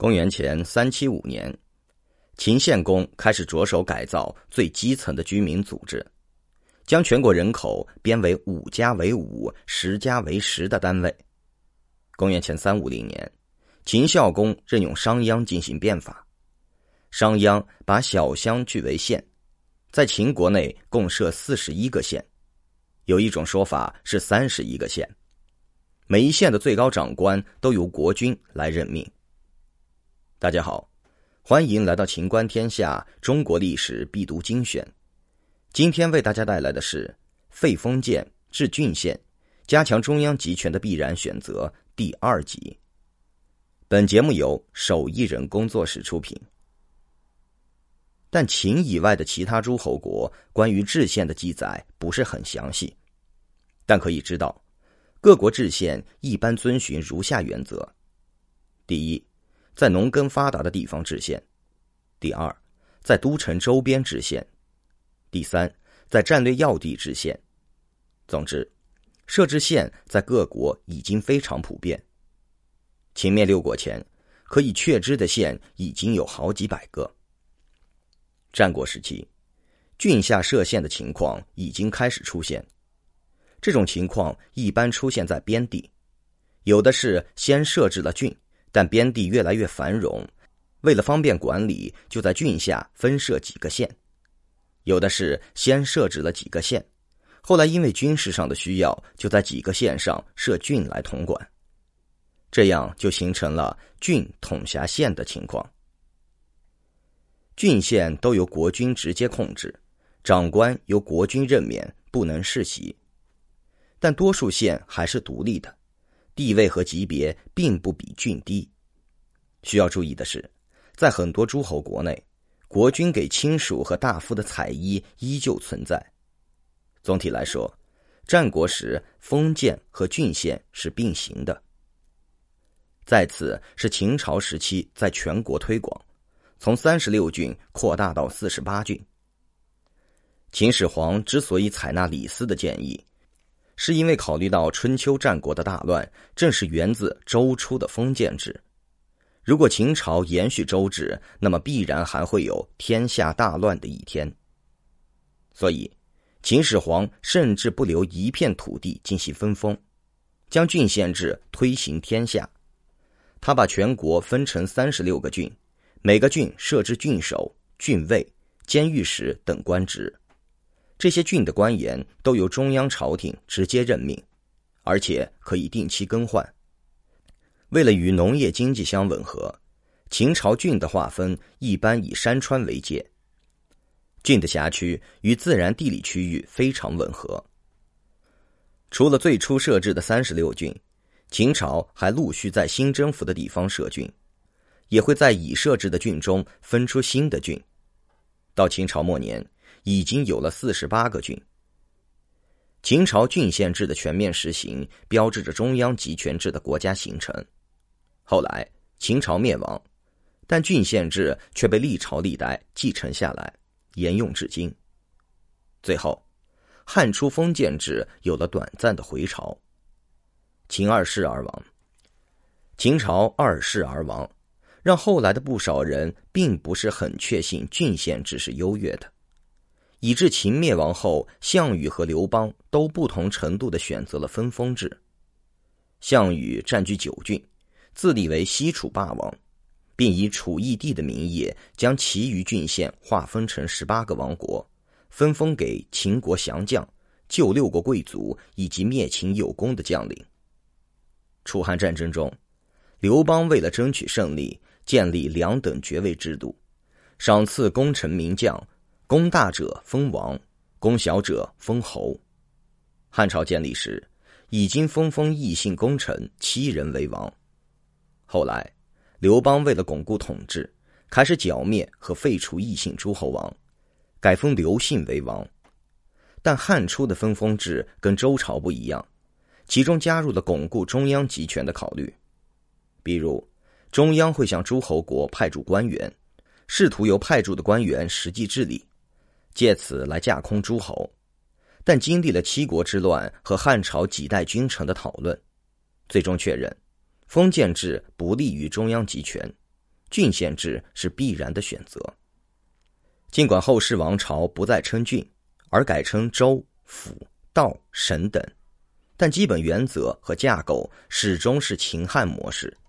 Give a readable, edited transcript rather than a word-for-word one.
公元前375年，秦献公开始着手改造最基层的居民组织，将全国人口编为5家为5、10家为10的单位。公元前350年，秦孝公任用商鞅进行变法，商鞅把小乡据为县，在秦国内共设41个县，有一种说法是31个县，每一县的最高长官都由国君来任命。大家好，欢迎来到秦观天下中国历史必读精选。今天为大家带来的是废封建治郡县，加强中央集权的必然选择第2集。本节目由手艺人工作室出品。但秦以外的其他诸侯国关于治县的记载不是很详细，但可以知道，各国治县一般遵循如下原则：第一，在农耕发达的地方治县；第二，在都城周边治县；第三，在战略要地治县。总之，设置县在各国已经非常普遍。秦灭6国前，可以确知的县已经有好几百个。战国时期，郡下设县的情况已经开始出现。这种情况一般出现在边地，有的是先设置了郡，但边地越来越繁荣，为了方便管理，就在郡下分设几个县；有的是先设置了几个县，后来因为军事上的需要，就在几个县上设郡来统管，这样就形成了郡统辖县的情况。郡县都由国君直接控制，长官由国君任免，不能世袭。但多数县还是独立的，地位和级别并不比郡低。需要注意的是，在很多诸侯国内，国君给亲属和大夫的彩衣依旧存在。总体来说，战国时封建和郡县是并行的。再次是秦朝时期在全国推广，从36郡扩大到48郡。秦始皇之所以采纳李斯的建议，是因为考虑到春秋战国的大乱正是源自周初的封建制。如果秦朝延续周制，那么必然还会有天下大乱的一天。所以秦始皇甚至不留一片土地进行分封，将郡县制推行天下。他把全国分成36个郡，每个郡设置郡守、郡尉、监狱使等官职。这些郡的官员都由中央朝廷直接任命，而且可以定期更换。为了与农业经济相吻合，秦朝郡的划分一般以山川为界，郡的辖区与自然地理区域非常吻合。除了最初设置的36郡，秦朝还陆续在新征服的地方设郡，也会在已设置的郡中分出新的郡。到秦朝末年，已经有了48个郡。秦朝郡县制的全面实行，标志着中央集权制的国家形成。后来秦朝灭亡，但郡县制却被历朝历代继承下来，沿用至今。最后，汉初封建制有了短暂的回潮。秦二世而亡。秦朝二世而亡，让后来的不少人并不是很确信郡县制是优越的，以致秦灭亡后，项羽和刘邦都不同程度地选择了分封制。项羽占据9郡，自立为西楚霸王，并以楚义帝的名义将其余郡县划分成18个王国，分封给秦国降将、救6国贵族以及灭秦有功的将领。楚汉战争中，刘邦为了争取胜利，建立2等爵位制度，赏赐功臣名将，功大者封王，功小者封侯。汉朝建立时，已经封异姓功臣7人为王。后来，刘邦为了巩固统治，开始剿灭和废除异姓诸侯王，改封刘姓为王。但汉初的分封制跟周朝不一样，其中加入了巩固中央集权的考虑。比如，中央会向诸侯国派驻官员，试图由派驻的官员实际治理，借此来架空诸侯。但经历了七国之乱和汉朝几代君臣的讨论，最终确认封建制不利于中央集权， 郡县制是必然的选择。尽管后世王朝不再称郡，而改称州、府、道、省等，但基本原则和架构始终是秦汉模式。